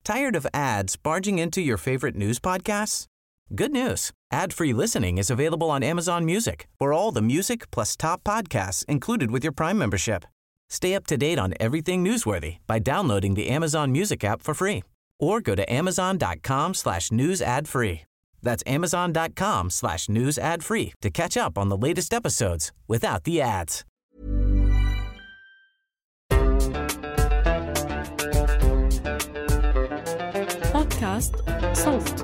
Tired of ads barging into your favorite news podcasts? Good news. Ad-free listening is available on Amazon Music for all the music plus top podcasts included with your Prime membership. Stay up to date on everything newsworthy by downloading the Amazon Music app for free or go to amazon.com/news ad free. That's amazon.com/news ad free to catch up on the latest episodes without the ads. بودكاست صوت.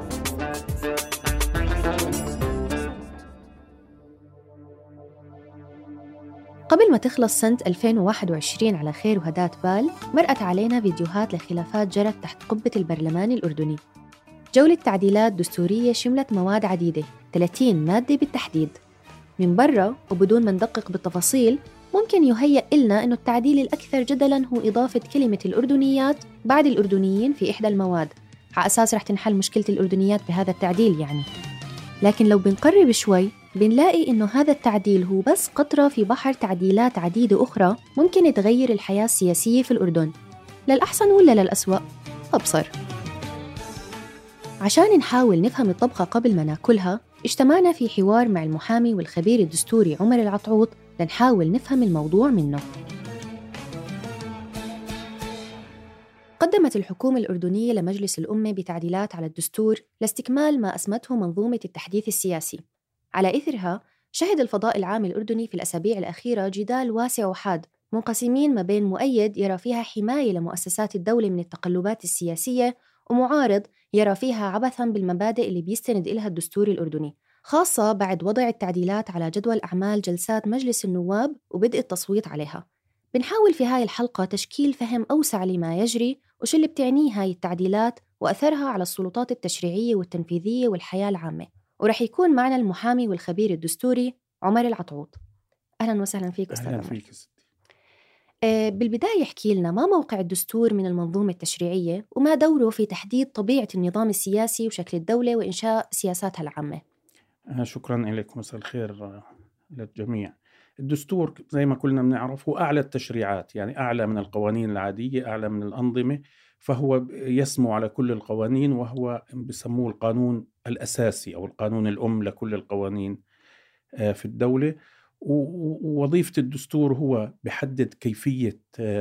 قبل ما تخلص سنة 2021 على خير وهداة بال، مرقت علينا فيديوهات لخلافات جرت تحت قبة البرلمان الأردني. جولة تعديلات دستورية شملت مواد عديدة، 30 مادة بالتحديد. من برا وبدون ما ندقق بالتفاصيل، ممكن يهيأ إلنا أنه التعديل الأكثر جدلاً هو إضافة كلمة الأردنيات بعد الأردنيين في إحدى المواد، على أساس رح تنحل مشكلة الأردنيات بهذا التعديل يعني. لكن لو بنقرب شوي بنلاقي إنه هذا التعديل هو بس قطرة في بحر تعديلات عديدة أخرى ممكن تغير الحياة السياسية في الأردن، للأحسن ولا للأسوأ؟ أبصر. عشان نحاول نفهم الطبخة قبل ما ناكلها، اجتمعنا في حوار مع المحامي والخبير الدستوري عمر العطعوط لنحاول نفهم الموضوع منه. قدمت الحكومة الأردنية لمجلس الأمة بتعديلات على الدستور لاستكمال ما أسمته منظومة التحديث السياسي. على إثرها شهد الفضاء العام الأردني في الأسابيع الأخيرة جدال واسع وحاد، منقسمين ما بين مؤيد يرى فيها حماية لمؤسسات الدولة من التقلبات السياسية، ومعارض يرى فيها عبثاً بالمبادئ اللي بيستند إلها الدستور الأردني، خاصة بعد وضع التعديلات على جدول أعمال جلسات مجلس النواب وبدء التصويت عليها. بنحاول في هاي الحلقة تشكيل فهم أوسع لما يجري وشو اللي بتعنيه هاي التعديلات وأثرها على السلطات التشريعية والتنفيذية والحياة العامة. ورح يكون معنا المحامي والخبير الدستوري عمر العطعوط. أهلاً وسهلاً فيك أستاذ عمر. أهلاً فيك ستي. بالبداية احكي لنا ما موقع الدستور من المنظومة التشريعية وما دوره في تحديد طبيعة النظام السياسي وشكل الدولة وإنشاء سياساتها العامة. شكراً لكم، مساء الخير للجميع. الدستور زي ما كلنا بنعرف هو أعلى التشريعات، يعني أعلى من القوانين العادية، أعلى من الأنظمة، فهو يسمو على كل القوانين، وهو بسموه القانون الأساسي أو القانون الأم لكل القوانين في الدولة. ووظيفة الدستور هو بحدد كيفية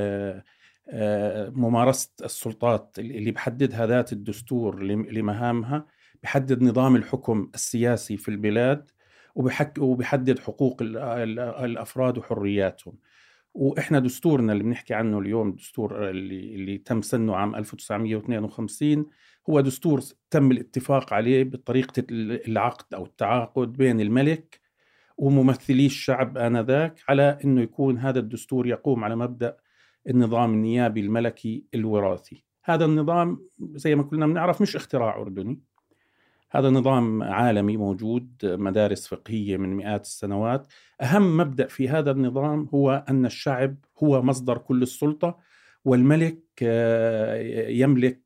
ممارسة السلطات اللي بحددها ذات الدستور لمهامها، بحدد نظام الحكم السياسي في البلاد، وبحدد حقوق الأفراد وحرياتهم. وإحنا دستورنا اللي بنحكي عنه اليوم، الدستور اللي تم سنه عام 1952، هو دستور تم الاتفاق عليه بطريقة العقد أو التعاقد بين الملك وممثلي الشعب آنذاك، على أنه يكون هذا الدستور يقوم على مبدأ النظام النيابي الملكي الوراثي. هذا النظام زي ما كلنا بنعرف مش اختراع أردني، هذا نظام عالمي موجود، مدارس فقهية من مئات السنوات. أهم مبدأ في هذا النظام هو أن الشعب هو مصدر كل السلطة، والملك يملك،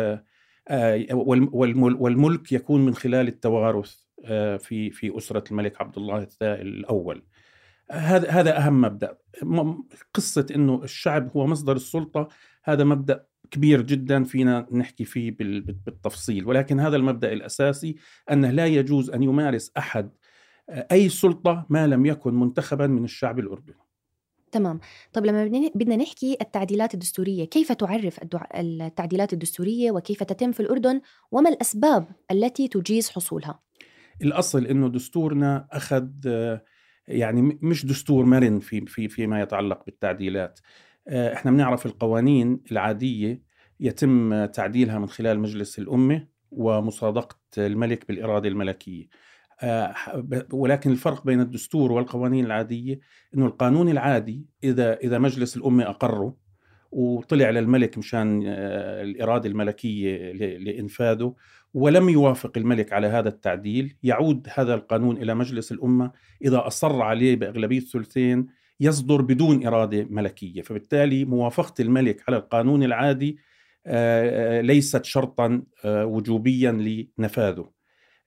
والملك يكون من خلال التوارث في أسرة الملك عبد الله الأول. هذا أهم مبدأ. قصة إنه الشعب هو مصدر السلطة هذا مبدأ كبير جدا فينا نحكي فيه بالتفصيل، ولكن هذا المبدأ الأساسي أنه لا يجوز أن يمارس أحد أي سلطة ما لم يكن منتخبا من الشعب الأردني. تمام. طب لما بدنا نحكي التعديلات الدستورية، كيف تعرف التعديلات الدستورية وكيف تتم في الأردن وما الأسباب التي تجيز حصولها؟ الأصل إنه دستورنا أخذ يعني مش دستور مرن فيما يتعلق بالتعديلات. احنا بنعرف القوانين العادية يتم تعديلها من خلال مجلس الأمة ومصادقة الملك بالإرادة الملكية، ولكن الفرق بين الدستور والقوانين العادية إنه القانون العادي إذا مجلس الأمة أقره وطلع للملك مشان الإرادة الملكية لإنفاذه ولم يوافق الملك على هذا التعديل، يعود هذا القانون إلى مجلس الأمة، إذا أصر عليه بأغلبية ثلثين يصدر بدون إرادة ملكية. فبالتالي موافقة الملك على القانون العادي ليست شرطا وجوبيا لنفاذه.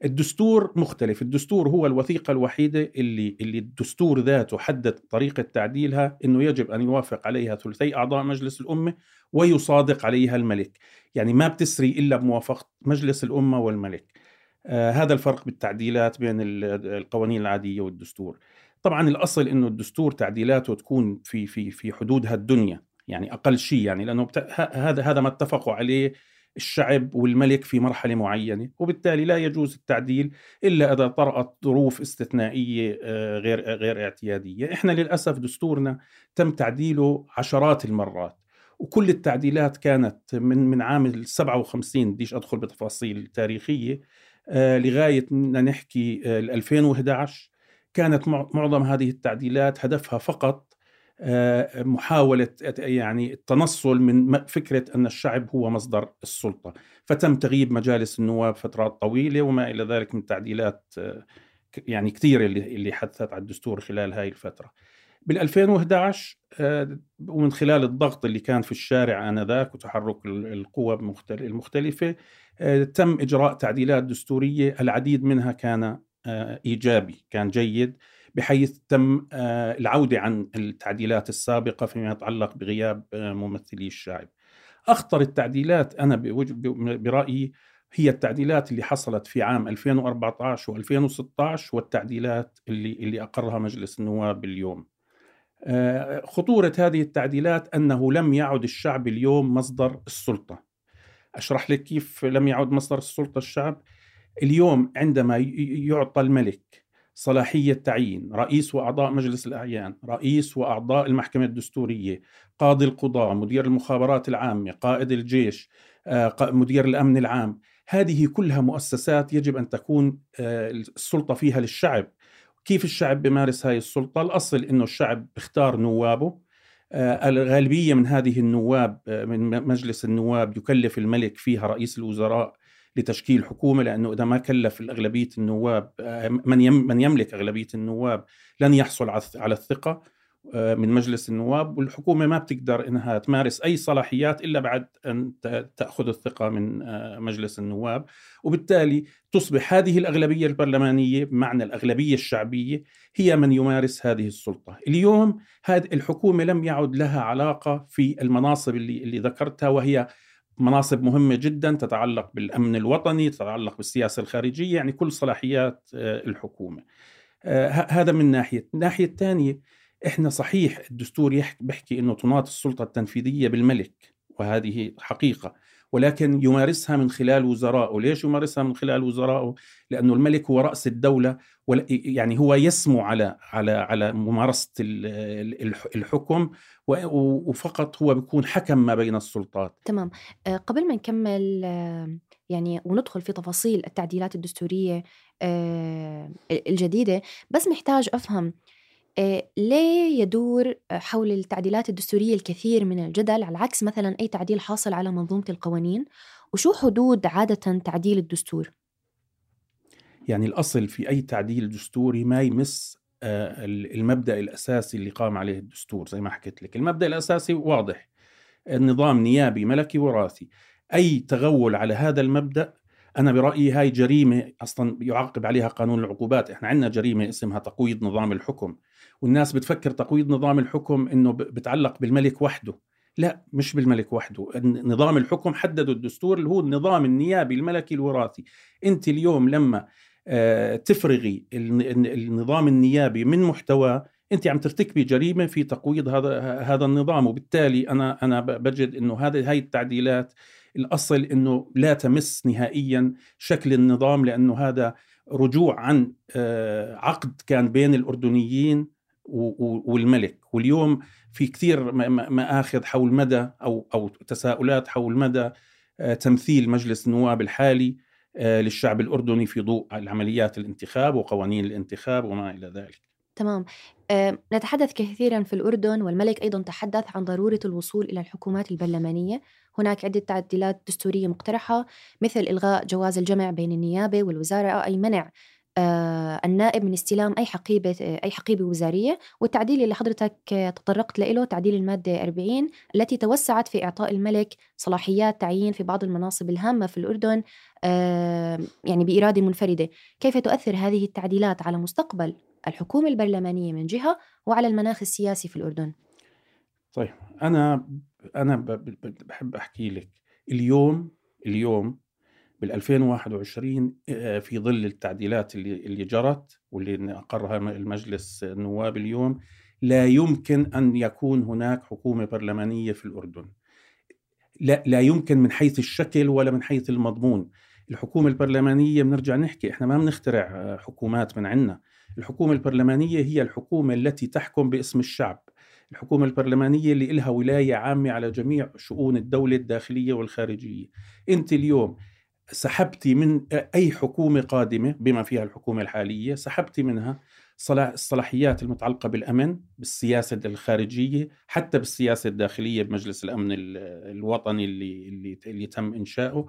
الدستور مختلف. الدستور هو الوثيقة الوحيدة اللي الدستور ذاته حدد طريقة تعديلها، إنه يجب أن يوافق عليها ثلثي أعضاء مجلس الأمة ويصادق عليها الملك، يعني ما بتسري إلا بموافقة مجلس الأمة والملك. هذا الفرق بالتعديلات بين القوانين العادية والدستور. طبعا الأصل إنه الدستور تعديلاته تكون في حدودها الدنيا، يعني أقل شيء، يعني لأنه هذا ما اتفقوا عليه الشعب والملك في مرحلة معينة، وبالتالي لا يجوز التعديل إلا إذا طرأت ظروف استثنائية غير اعتيادية. إحنا للأسف دستورنا تم تعديله عشرات المرات، وكل التعديلات كانت من عام 57، بديش أدخل بتفاصيل تاريخية، لغاية نحكي 2011. كانت معظم هذه التعديلات هدفها فقط محاولة يعني التنصل من فكرة أن الشعب هو مصدر السلطة، فتم تغييب مجالس النواب فترات طويلة وما إلى ذلك من تعديلات يعني كثيرة اللي حدثت على الدستور خلال هاي الفترة. بال2011 ومن خلال الضغط اللي كان في الشارع آنذاك وتحرك القوى المختلفة، تم إجراء تعديلات دستورية. العديد منها كان إيجابي، كان جيد، بحيث تم العودة عن التعديلات السابقة فيما يتعلق بغياب ممثلي الشعب. أخطر التعديلات أنا برأيي هي التعديلات اللي حصلت في عام 2014 و2016 والتعديلات اللي أقرها مجلس النواب اليوم. خطورة هذه التعديلات أنه لم يعد الشعب اليوم مصدر السلطة. أشرح لك كيف لم يعد مصدر السلطة الشعب. اليوم عندما يعطى الملك صلاحية تعيين رئيس وأعضاء مجلس الأعيان، رئيس وأعضاء المحكمة الدستورية، قاضي القضاء، مدير المخابرات العامة، قائد الجيش، مدير الأمن العام، هذه كلها مؤسسات يجب أن تكون السلطة فيها للشعب. كيف الشعب بيمارس هاي السلطة؟ الأصل إنه الشعب بيختار نوابه. الغالبية من هذه النواب من مجلس النواب يكلف الملك فيها رئيس الوزراء لتشكيل حكومة، لأنه إذا ما كلف الأغلبية النواب من يملك أغلبية النواب لن يحصل على الثقة من مجلس النواب، والحكومة ما بتقدر إنها تمارس أي صلاحيات إلا بعد أن تأخذ الثقة من مجلس النواب. وبالتالي تصبح هذه الأغلبية البرلمانية بمعنى الأغلبية الشعبية هي من يمارس هذه السلطة. اليوم هذه الحكومة لم يعد لها علاقة في المناصب اللي ذكرتها، وهي مناصب مهمة جدا تتعلق بالأمن الوطني، تتعلق بالسياسة الخارجية، يعني كل صلاحيات الحكومة. هذا من ناحية. الناحية الثانية، إحنا صحيح الدستور بيحكي إنه تناط السلطة التنفيذية بالملك، وهذه حقيقة، ولكن يمارسها من خلال وزرائه. ليش يمارسها من خلال وزرائه؟ لأنه الملك هو رأس الدولة، يعني هو يسمو على ممارسة الحكم، وفقط هو بيكون حكم ما بين السلطات. تمام. قبل ما نكمل يعني وندخل في تفاصيل التعديلات الدستورية الجديدة، بس محتاج أفهم ليه يدور حول التعديلات الدستورية الكثير من الجدل، على عكس مثلا أي تعديل حاصل على منظومة القوانين؟ وشو حدود عادة تعديل الدستور؟ يعني الأصل في أي تعديل دستوري ما يمس المبدأ الأساسي اللي قام عليه الدستور. زي ما حكيت لك، المبدأ الأساسي واضح، النظام نيابي ملكي وراثي. أي تغول على هذا المبدأ أنا برأيي هاي جريمة أصلا يعاقب عليها قانون العقوبات. إحنا عندنا جريمة اسمها تقويض نظام الحكم، والناس بتفكر تقويض نظام الحكم إنه بتعلق بالملك وحده. لا، مش بالملك وحده. نظام الحكم حدده الدستور اللي هو النظام النيابي الملكي الوراثي. أنت اليوم لما تفرغي النظام النيابي من محتواه، أنت عم ترتكبي جريمة في تقويض هذا النظام. وبالتالي أنا بجد إنه هاي التعديلات الأصل إنه لا تمس نهائيا شكل النظام، لأنه هذا رجوع عن عقد كان بين الأردنيين والملك. واليوم في كثير مآخذ حول مدى أو تساؤلات حول مدى تمثيل مجلس النواب الحالي للشعب الأردني في ضوء العمليات الانتخاب وقوانين الانتخاب وما إلى ذلك. تمام. نتحدث كثيرا في الأردن، والملك أيضا تحدث عن ضرورة الوصول إلى الحكومات البرلمانية. هناك عدة تعديلات دستورية مقترحة، مثل إلغاء جواز الجمع بين النيابة والوزارة، أي منع النائب من استلام أي حقيبة وزارية. والتعديل اللي حضرتك تطرقت له تعديل المادة 40 التي توسعت في إعطاء الملك صلاحيات تعيين في بعض المناصب الهامة في الأردن يعني بإرادة منفردة. كيف تؤثر هذه التعديلات على مستقبل الحكومة البرلمانية من جهة وعلى المناخ السياسي في الأردن؟ طيب أنا بحب أحكي لك اليوم بال2021 في ظل التعديلات اللي جرت واللي أقرها المجلس النواب اليوم، لا يمكن أن يكون هناك حكومة برلمانية في الأردن. لا يمكن من حيث الشكل ولا من حيث المضمون. الحكومة البرلمانية بنرجع نحكي إحنا ما بنخترع حكومات من عنا. الحكومة البرلمانية هي الحكومة التي تحكم باسم الشعب. الحكومة البرلمانية اللي إلها ولاية عامة على جميع شؤون الدولة الداخلية والخارجية. أنت اليوم سحبتي من أي حكومة قادمة بما فيها الحكومة الحالية، سحبتي منها الصلاحيات المتعلقة بالأمن، بالسياسة الخارجية، حتى بالسياسة الداخلية بمجلس الأمن الوطني اللي تم إنشاؤه،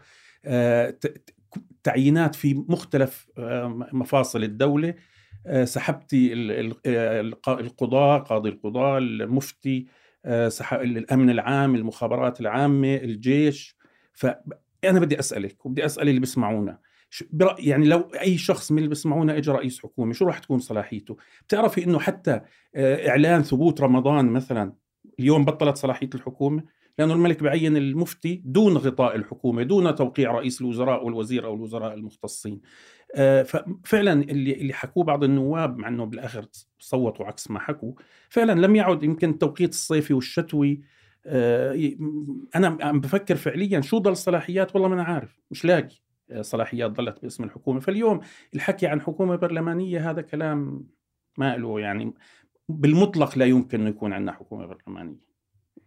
تعيينات في مختلف مفاصل الدولة، سحبتي القضاء، قاضي القضاء، المفتي، الأمن العام، المخابرات العامة، الجيش. فأنا بدي أسألك وبدي أسأل اللي بسمعونا، يعني لو أي شخص من اللي بسمعونا إجا رئيس حكومة شو راح تكون صلاحيته؟ بتعرفي إنه حتى إعلان ثبوت رمضان مثلا اليوم بطلت صلاحية الحكومة، لأنه الملك بعين المفتي دون غطاء الحكومة، دون توقيع رئيس الوزراء والوزير أو الوزراء المختصين. ففعلا اللي حكوه بعض النواب، مع أنه بالآخر صوتوا عكس ما حكوا، فعلا لم يعد يمكن التوقيت الصيفي والشتوي. أنا عم بفكر فعليا شو ضل صلاحيات، والله ما أنا عارف، مش لاقي صلاحيات ضلت باسم الحكومة. فاليوم الحكي عن حكومة برلمانية هذا كلام ما له، يعني بالمطلق لا يمكن أن يكون عندنا حكومة برلمانية.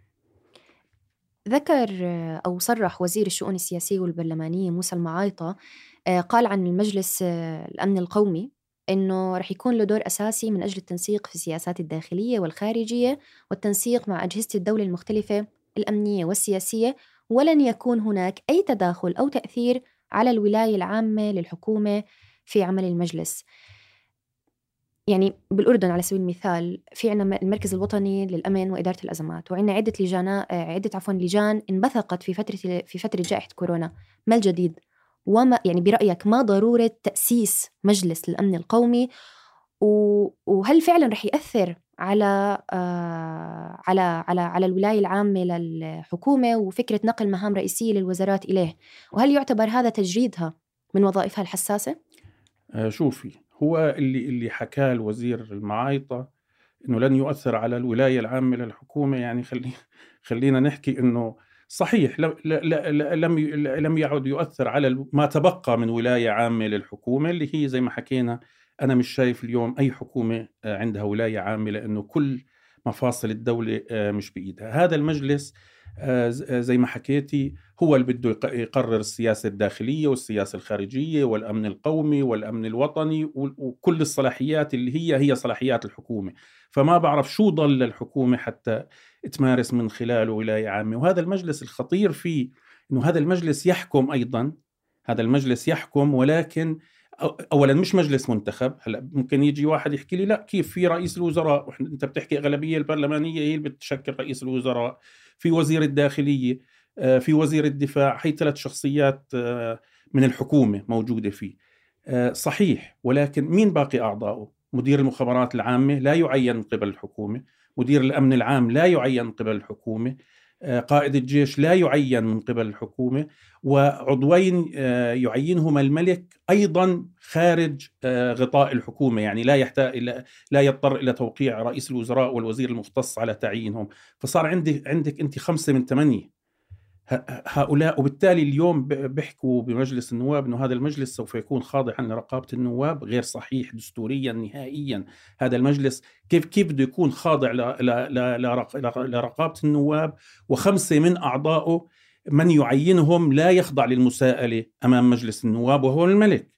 ذكر أو صرح وزير الشؤون السياسية والبرلمانية موسى المعايطة، قال عن المجلس الأمن القومي أنه رح يكون له دور أساسي من أجل التنسيق في السياسات الداخلية والخارجية والتنسيق مع أجهزة الدولة المختلفة الأمنية والسياسية، ولن يكون هناك أي تداخل أو تأثير على الولاية العامة للحكومة في عمل المجلس. يعني بالأردن على سبيل المثال في عنا المركز الوطني للأمن وإدارة الأزمات، وعنا عدة لجان انبثقت في فترة جائحة كورونا. ما الجديد؟ وما يعني برأيك ما ضرورة تأسيس مجلس للأمن القومي؟ وهل فعلا رح يأثر على الولاية العامة للحكومة وفكرة نقل مهام رئيسية للوزارات إليه؟ وهل يعتبر هذا تجريدها من وظائفها الحساسة؟ شوفي، هو اللي حكاه الوزير المعايطة إنه لن يؤثر على الولاية العامة للحكومة، يعني خلينا نحكي إنه صحيح لم يعد يؤثر على ما تبقى من ولاية عامة للحكومة، اللي هي زي ما حكينا. أنا مش شايف اليوم أي حكومة عندها ولاية عامة، لأنه كل مفاصل الدولة مش بإيدها. هذا المجلس زي ما حكيتي هو اللي بده يقرر السياسة الداخلية والسياسة الخارجية والأمن القومي والأمن الوطني وكل الصلاحيات اللي هي صلاحيات الحكومة. فما بعرف شو ضل الحكومة حتى تمارس من خلاله ولاية عامة. وهذا المجلس الخطير فيه إنه هذا المجلس يحكم أيضا، هذا المجلس يحكم، ولكن أولا مش مجلس منتخب. هلا ممكن يجي واحد يحكي لي لا، كيف في رئيس الوزراء؟ وانت بتحكي أغلبية البرلمانية هي اللي بتشكل رئيس الوزراء، في وزير الداخلية، في وزير الدفاع، هي 3 شخصيات من الحكومة موجودة فيه. صحيح، ولكن مين باقي أعضائه؟ مدير المخابرات العامة لا يعين من قبل الحكومة، مدير الأمن العام لا يعين من قبل الحكومة، قائد الجيش لا يعين من قبل الحكومة، وعضوين يعينهما الملك أيضا خارج غطاء الحكومة، يعني لا يضطر إلى توقيع رئيس الوزراء والوزير المختص على تعيينهم. فصار عندك أنت 5 من 8 هؤلاء. وبالتالي اليوم بيحكوا بمجلس النواب إنه هذا المجلس سوف يكون خاضعا لرقابة النواب. غير صحيح دستوريا نهائيا. هذا المجلس كيف بده يكون خاضع لرقابة النواب، و5 من أعضائه من يعينهم لا يخضع للمساءلة أمام مجلس النواب وهو الملك.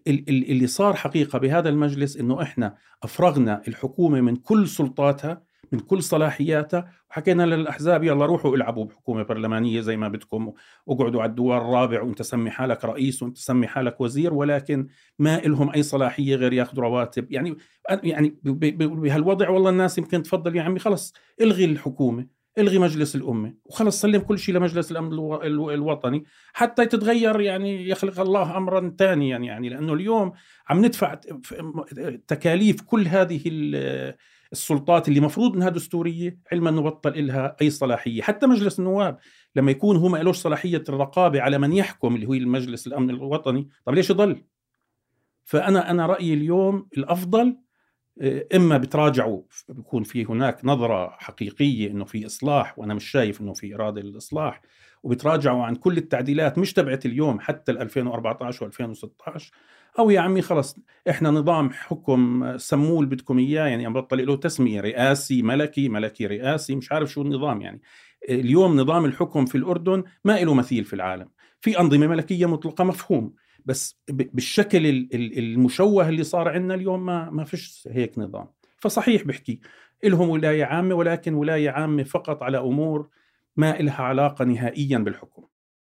فاللي صار حقيقة بهذا المجلس إنه إحنا أفرغنا الحكومة من كل سلطاتها، من كل صلاحياتها، وحكينا للأحزاب يلا روحوا العبوا بحكومة برلمانية زي ما بدكم، وقعدوا على الدوار الرابع، وانت سمي حالك رئيس وانت سمي حالك وزير، ولكن ما إلهم أي صلاحية غير ياخذوا رواتب. يعني بهالوضع والله الناس يمكن تفضل يا عمي خلص الغي الحكومة، الغي مجلس الأمة، وخلص سلم كل شيء لمجلس الأمن الوطني حتى تتغير، يعني يخلق الله أمرا ثانيا. يعني لأنه اليوم عم ندفع تكاليف كل هذه السلطات اللي مفروض انها دستوريه، علما انه بطل لها اي صلاحيه. حتى مجلس النواب لما يكون هو ما لهش صلاحيه الرقابه على من يحكم اللي هو المجلس الامن الوطني، طب ليش يضل؟ فانا رايي اليوم الافضل اما بتراجعوا، بيكون في هناك نظره حقيقيه انه في اصلاح، وانا مش شايف انه في اراده للاصلاح، وبتراجعوا عن كل التعديلات مش تبعت اليوم حتى 2014 و2016، او يا عمي خلص احنا نظام حكم سموه اللي بدكم اياه، يعني بطل له تسميه، رئاسي ملكي، ملكي رئاسي، مش عارف شو النظام. يعني اليوم نظام الحكم في الاردن ما له مثيل في العالم، في انظمه ملكيه مطلقه مفهوم، بس بالشكل المشوه اللي صار عندنا اليوم ما فيش هيك نظام. فصحيح بحكي إلهم ولاية عامة، ولكن ولاية عامة فقط على أمور ما إلها علاقة نهائيا بالحكم.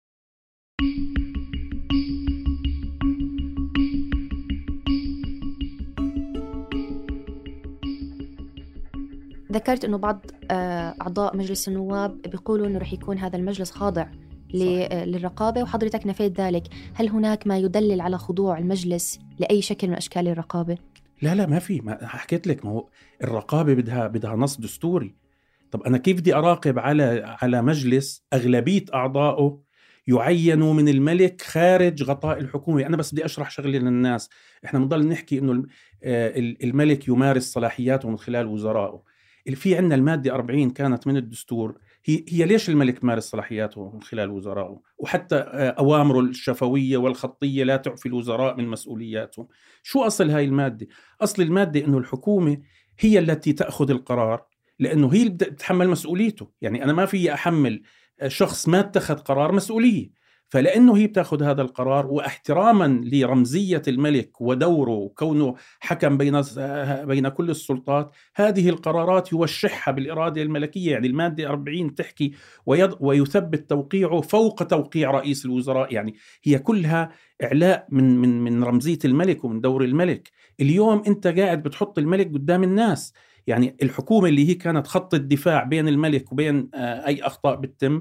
ذكرت أنه بعض أعضاء مجلس النواب بيقولوا أنه رح يكون هذا المجلس خاضع للرقابة، وحضرتك نفيت ذلك. هل هناك ما يدلل على خضوع المجلس لأي شكل من أشكال الرقابة؟ لا ما في، ما حكيت لك، ما هو الرقابة بدها نص دستوري. طب أنا كيف بدي أراقب على مجلس أغلبية أعضائه يعينوا من الملك خارج غطاء الحكومة؟ أنا بس بدي أشرح شغلة للناس. إحنا بنضل نحكي إنه الملك يمارس صلاحياته من خلال وزرائه. في عندنا المادة 40 كانت من الدستور، هي ليش الملك مارس صلاحياته من خلال وزرائه؟ وحتى أوامره الشفوية والخطية لا تعفي الوزراء من مسؤولياتهم. شو أصل هاي المادة؟ أصل المادة إنه الحكومة هي التي تأخذ القرار، لأنه هي اللي بتتحمل مسؤوليته. يعني أنا ما في أحمل شخص ما اتخذ قرار مسؤولية، فلأنه هي بتأخذ هذا القرار، واحتراما لرمزية الملك ودوره وكونه حكم بين كل السلطات، هذه القرارات يوشحها بالإرادة الملكية. يعني المادة 40 تحكي ويثبت توقيعه فوق توقيع رئيس الوزراء. يعني هي كلها إعلاء من رمزية الملك ومن دور الملك. اليوم أنت قاعد بتحط الملك قدام الناس. يعني الحكومة اللي هي كانت خط الدفاع بين الملك وبين أي أخطاء بتتم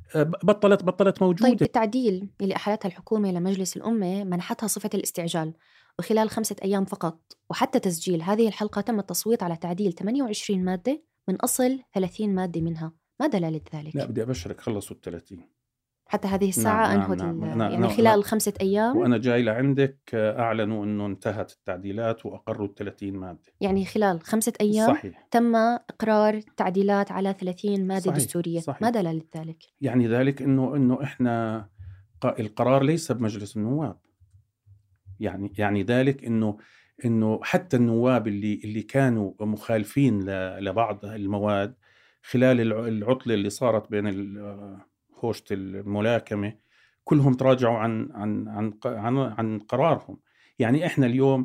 بطلت موجودة. طيب التعديل اللي أحالتها الحكومة لمجلس الأمة منحتها صفة الاستعجال، وخلال 5 أيام فقط، وحتى تسجيل هذه الحلقة تم التصويت على تعديل 28 مادة من أصل 30 مادة منها. ما دلالة ذلك؟ لا بدي أبشرك خلصوا 30 حتى هذه الساعة. نعم. يعني خلال 5 أيام. وأنا جاي لعندك أعلنوا أنه انتهت التعديلات وأقروا 30 مادة. يعني خلال 5 أيام صحيح. تم إقرار تعديلات على 30 مادة صحيح. دستورية. صحيح. ما دلالة ذلك؟ يعني ذلك إنه إحنا القرار ليس بمجلس النواب. يعني ذلك إنه حتى النواب اللي كانوا مخالفين لبعض المواد خلال العطلة اللي صارت بين هوشة الملاكمة، كلهم تراجعوا عن قرارهم. يعني إحنا اليوم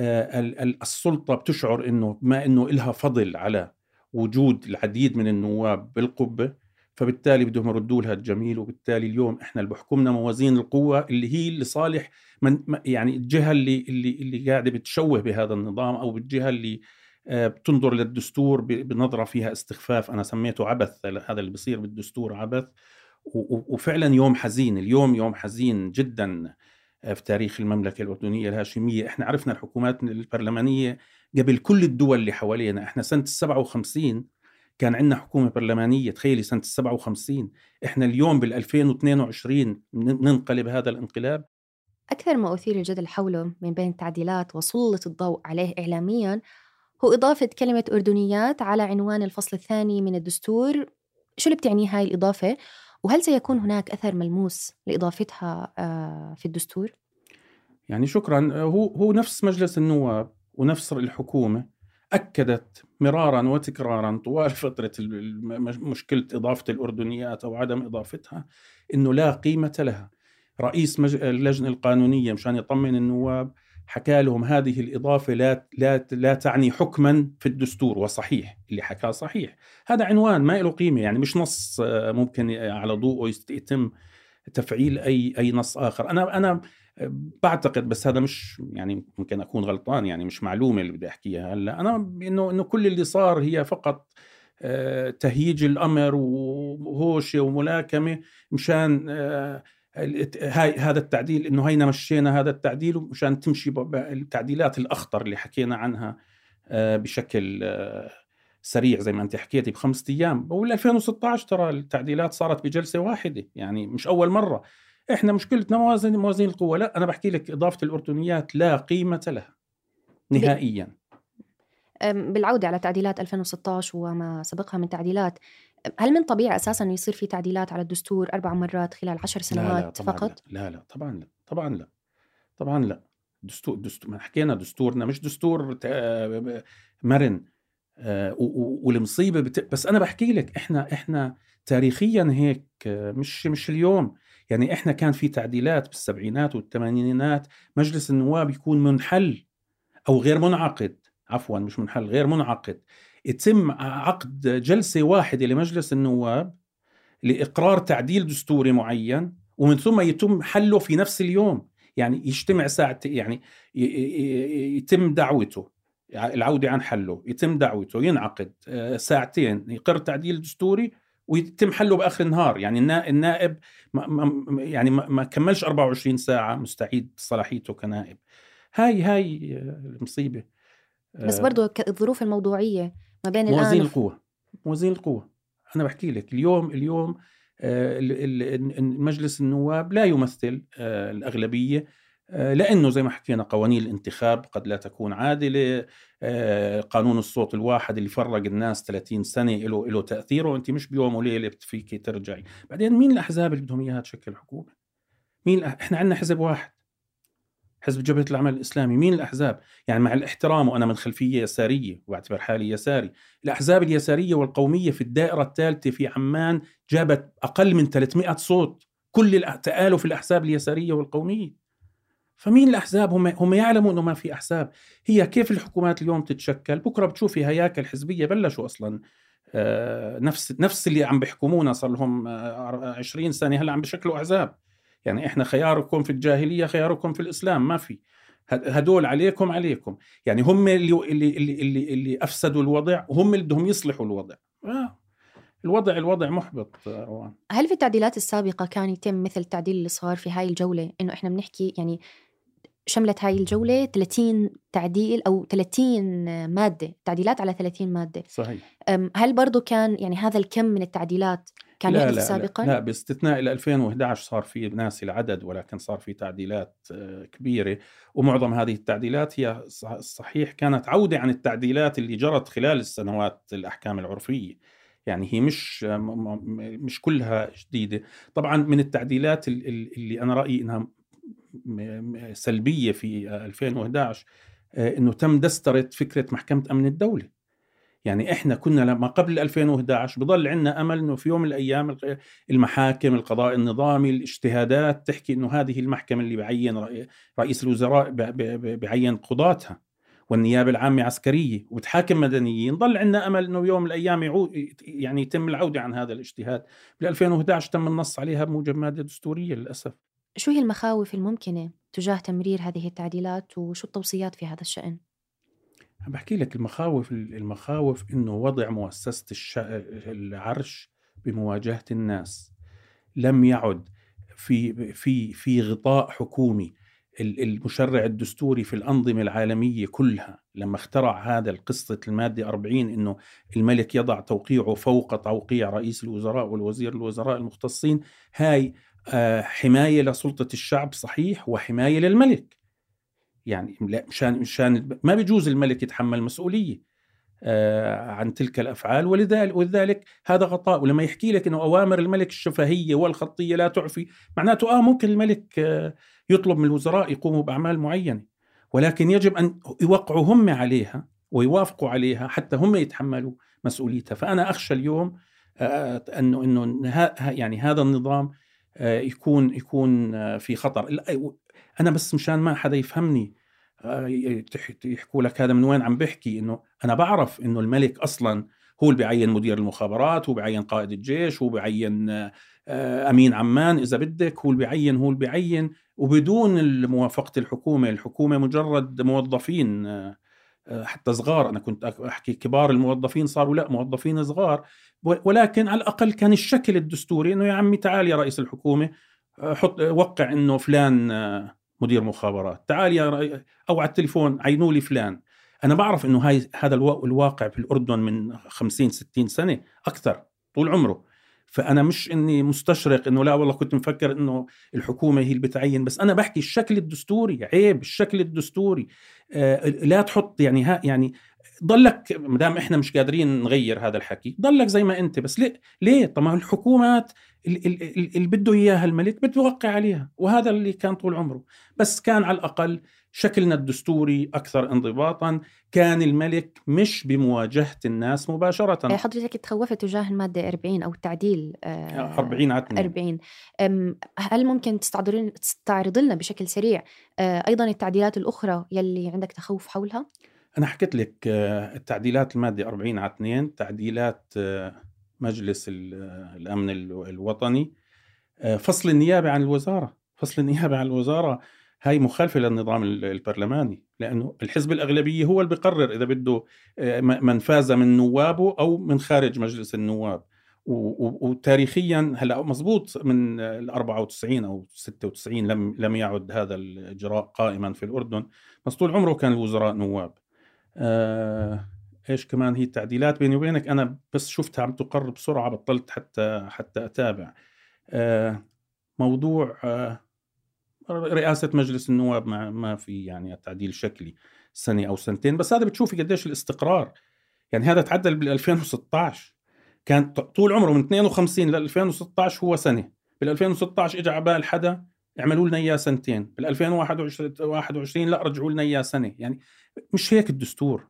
السلطة بتشعر إنه ما إنه إلها فضل على وجود العديد من النواب بالقبة، فبالتالي بدهم يردوا لها الجميل. وبالتالي اليوم إحنا اللي بحكمنا موازين القوة اللي هي اللي صالح يعني الجهة اللي قاعدة بتشوه بهذا النظام، أو بالجهة اللي بتنظر للدستور بنظرة فيها استخفاف. أنا سميته عبث، هذا اللي بيصير بالدستور عبث. وفعلا يوم حزين، اليوم يوم حزين جدا في تاريخ المملكة الأردنية الهاشمية. احنا عرفنا الحكومات البرلمانية قبل كل الدول اللي حوالينا. احنا سنة 57 كان عندنا حكومة برلمانية، تخيلي سنة 57. احنا اليوم بال2022 ننقلب هذا الانقلاب. أكثر ما أثير الجدل حوله من بين التعديلات وسلط الضوء عليه إعلامياً هو إضافة كلمة أردنيات على عنوان الفصل الثاني من الدستور. شو اللي بتعني هاي الإضافة؟ وهل سيكون هناك أثر ملموس لإضافتها في الدستور؟ يعني شكراً. هو نفس مجلس النواب ونفس الحكومة أكدت مرارا وتكرارا طوال فترة مشكلة إضافة الأردنيات أو عدم إضافتها إنه لا قيمة لها. رئيس اللجنة القانونية مشان يطمن النواب حكى لهم هذه الإضافة لا تعني حكما في الدستور، وصحيح اللي حكاه صحيح. هذا عنوان ما له قيمة، يعني مش نص ممكن على ضوءه يتم تفعيل أي نص آخر. أنا بعتقد، بس هذا مش يعني ممكن أكون غلطان، يعني مش معلومة اللي بدي أحكيها هلا أنا، إنه كل اللي صار هي فقط تهييج الأمر وهوشة وملاكمة مشان هذا التعديل، إنه هينا مشينا هذا التعديل مشان تمشي التعديلات الأخطر اللي حكينا عنها بشكل سريع زي ما أنت حكيتي ب5 أيام. وال 2016 ترى التعديلات صارت بجلسة واحدة، يعني مش أول مرة. إحنا مشكلتنا موازين القوة. لا، أنا بحكي لك إضافة الأردنيات لا قيمة لها نهائيا. بالعودة على تعديلات 2016 وما سبقها من تعديلات، هل من طبيعي أساساً يصير في تعديلات على الدستور 4 مرات خلال 10 سنوات فقط؟ لا طبعا لا. دستور ما حكينا دستورنا مش دستور مرن. والمصيبة بس أنا بحكي لك إحنا تاريخيا هيك، مش اليوم. يعني إحنا كان في تعديلات بالسبعينات والثمانينات مجلس النواب يكون منحل أو غير منعقد، عفوا مش منحل، غير منعقد، يتم عقد جلسة واحدة لمجلس النواب لإقرار تعديل دستوري معين، ومن ثم يتم حله في نفس اليوم. يعني يجتمع ساعة، يعني يتم دعوته، العودة عن حله، يتم دعوته، ينعقد ساعتين، يقر تعديل دستوري ويتم حله بآخر النهار. يعني النائب ما كملش 24 ساعة مستعيد صلاحيته كنائب. هاي المصيبة. بس برضو الظروف الموضوعية ما بين موازين القوة. أنا بحكي لك اليوم مجلس النواب لا يمثل الأغلبية، لأنه زي ما حكينا قوانين الانتخاب قد لا تكون عادلة. قانون الصوت الواحد اللي فرق الناس 30 سنة له تأثيره، وأنت مش بيوم وليلة بتفيكي ترجعي. بعدين مين الأحزاب اللي بدهم إياها تشكل حكومة؟ إحنا عندنا حزب واحد، حزب جبهة العمل الإسلامي. مين الأحزاب؟ يعني مع الاحترام، وأنا من خلفية يسارية واعتبر حالي يساري، الأحزاب اليسارية والقومية في الدائرة الثالثة في عمان جابت أقل من 300 صوت، كل تآلف الأحزاب اليسارية والقومية. فمين الأحزاب؟ هم يعلموا أنه ما في أحزاب. هي كيف الحكومات اليوم تتشكل؟ بكرة بتشوفي هياكل حزبية بلشوا أصلا نفس اللي عم بيحكمونا صار لهم 20 سنة هلا عم بشكلوا أحزاب. يعني إحنا خياركم في الجاهلية خياركم في الإسلام، ما في هدول عليكم. يعني هم اللي أفسدوا الوضع، وهم اللي بدهم يصلحوا الوضع. الوضع محبط. روان، هل في التعديلات السابقة كان يتم مثل التعديل اللي صار في هاي الجولة، إنه إحنا بنحكي يعني شملت هاي الجولة 30 تعديل أو 30 مادة، تعديلات على 30 مادة؟ صحيح. هل برضو كان يعني هذا الكم من التعديلات كان يحدث سابقا؟ لا، باستثناء إلى 2011 صار في ناس العدد، ولكن صار في تعديلات كبيرة. ومعظم هذه التعديلات هي صحيح كانت عودة عن التعديلات اللي جرت خلال السنوات الأحكام العرفية. يعني هي مش كلها جديدة. طبعا من التعديلات اللي أنا رأيي إنها سلبية في 2011 إنه تم دسترة فكرة محكمة أمن الدولة. يعني إحنا كنا لما قبل 2011 بضل عندنا أمل إنه في يوم من الأيام المحاكم، القضاء النظامي، الاجتهادات تحكي إنه هذه المحكمة اللي بعين رئيس الوزراء بعين قضاتها، والنيابة العامة عسكرية وبتحاكم مدنيين. ضل عندنا أمل إنه يوم من الأيام يعني يتم العودة عن هذا الاجتهاد. بال 2011 تم النص عليها بموجب مادة دستورية للأسف. شو هي المخاوف الممكنة تجاه تمرير هذه التعديلات، وشو التوصيات في هذا الشأن؟ بحكي لك المخاوف إنه وضع مؤسسة العرش بمواجهة الناس لم يعد في غطاء حكومي. المشرع الدستوري في الأنظمة العالمية كلها لما اخترع هذا القصة المادة 40 إنه الملك يضع توقيعه فوق توقيع رئيس الوزراء والوزير الوزراء المختصين، هاي حماية لسلطة الشعب صحيح، وحماية للملك. يعني مشان ما بيجوز الملك يتحمل مسؤولية عن تلك الأفعال، ولذلك هذا غطاء. ولما يحكي لك إنه أوامر الملك الشفهية والخطية لا تعفي، معناته ممكن الملك يطلب من الوزراء يقوموا بأعمال معينة، ولكن يجب أن يوقعوا هم عليها ويوافقوا عليها حتى هم يتحملوا مسؤوليتها. فأنا أخشى اليوم إنه يعني هذا النظام يكون في خطر. أنا بس مشان ما حدا يفهمني، يحكوا لك هذا من وين عم بحكي. إنه أنا بعرف إنه الملك أصلا هو اللي بيعين مدير المخابرات، هو بيعين قائد الجيش، هو بيعين أمين عمان إذا بدك، هو اللي بيعين وبدون موافقة الحكومة مجرد موظفين حتى صغار. أنا كنت أحكي كبار الموظفين صاروا لا موظفين صغار، ولكن على الأقل كان الشكل الدستوري إنه يا عمي تعال يا رئيس الحكومة وقع إنه فلان مدير مخابرات، تعال يا أو على التليفون عينوا لي فلان. أنا بعرف إنه هذا الواقع في الأردن من 50-60 سنة أكثر طول عمره. فأنا مش إني مستشرق إنه لا والله كنت مفكر إنه الحكومة هي اللي بتعين، بس أنا بحكي الشكل الدستوري عيب. الشكل الدستوري لا تحط يعني ضلك مدام إحنا مش قادرين نغير هذا الحكي ضلك زي ما أنت. بس ليه؟ طبعا الحكومات اللي بده إياها الملك بده يوقع عليها، وهذا اللي كان طول عمره. بس كان على الأقل شكلنا الدستوري أكثر انضباطا، كان الملك مش بمواجهة الناس مباشرة. حضرتك تخوفت تجاه المادة 40 أو التعديل 40. هل ممكن تستعرض لنا بشكل سريع أيضا التعديلات الأخرى يلي عندك تخوف حولها؟ أنا حكيت لك التعديلات المادة 40/2 تعديلات مجلس الأمن الوطني، فصل النيابة عن الوزارة هاي مخالفة للنظام البرلماني، لأنه الحزب الأغلبية هو اللي بيقرر إذا بده من فاز من نوابه أو من خارج مجلس النواب. وتاريخيا هلا مزبوط من 94 أو 96 لم يعد هذا الإجراء قائما في الأردن، بس طول عمره كان الوزراء نواب. إيش كمان هي التعديلات بيني وبينك أنا بس شفتها عم تقر بسرعة بطلت حتى أتابع. موضوع رئاسة مجلس النواب ما في يعني تعديل شكلي سنة أو سنتين، بس هذا بتشوفي قديش الاستقرار. يعني هذا تعدل بال2016، كان طول عمره من 52 ل2016 هو سنة، بال2016 إجا عبال حدا يعملوا لنا إياه سنتين، بال2021 لا رجعوا لنا إياه سنة. يعني مش هيك الدستور،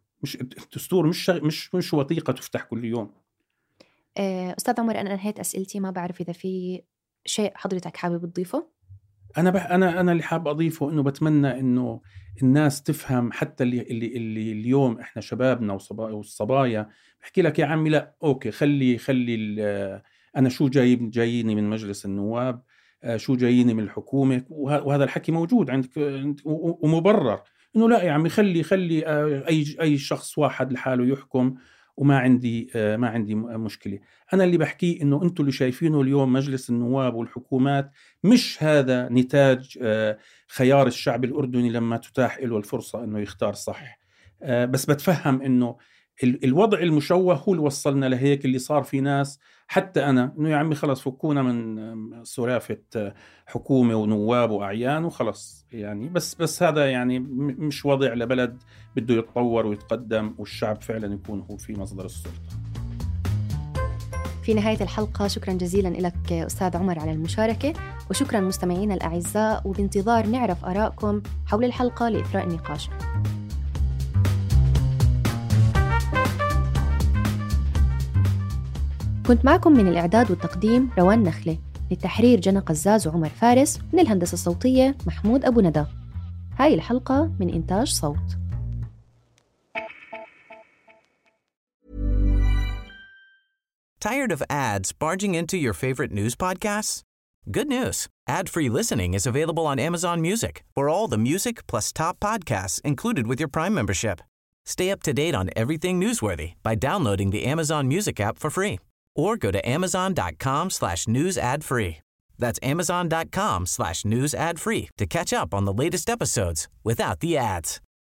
مش وثيقة تفتح كل يوم. أستاذ عمر، أنا انهيت أسئلتي، ما بعرف إذا في شيء حضرتك حابب تضيفه. أنا اللي حاب أضيفه إنه بتمنى إنه الناس تفهم، حتى اللي اليوم إحنا شبابنا والصبايا بحكي لك يا عمي لا أوكي خلي أنا شو جاييني من مجلس النواب، شو جاييني من الحكومة، وهذا الحكي موجود عندك ومبرر. إنه لا يا عمي خلي أي شخص واحد لحاله يحكم، وما عندي مشكلة. أنا اللي بحكيه إنه أنتوا اللي شايفينه اليوم مجلس النواب والحكومات مش هذا نتاج خيار الشعب الأردني لما تتاح له الفرصة إنه يختار صح. بس بتفهم إنه الوضع المشوه هو اللي وصلنا لهيك، اللي صار في ناس حتى أنا إنه يا عمي خلص فكونا من سلافة حكومة ونواب وأعيان وخلص. يعني بس هذا يعني مش وضع لبلد بده يتطور ويتقدم والشعب فعلا يكون هو في مصدر السلطة. في نهاية الحلقة شكرا جزيلا لك أستاذ عمر على المشاركة، وشكرا مستمعينا الأعزاء، وبانتظار نعرف آراءكم حول الحلقة لإثراء النقاش. كنت معكم من الإعداد والتقديم روان نخلة، للتحرير جنى قزاز وعمر فارس، من الهندسة الصوتية محمود أبو ندى. هاي الحلقة من إنتاج صوت. Tired of ads barging into your favorite news podcasts? Good news. Ad-free listening is available on Amazon Music for all the music plus top podcasts included with your Prime membership. Stay up to date on everything newsworthy by downloading the Amazon Music app for free. Or go to amazon.com/news ad free. That's amazon.com/news ad free to catch up on the latest episodes without the ads.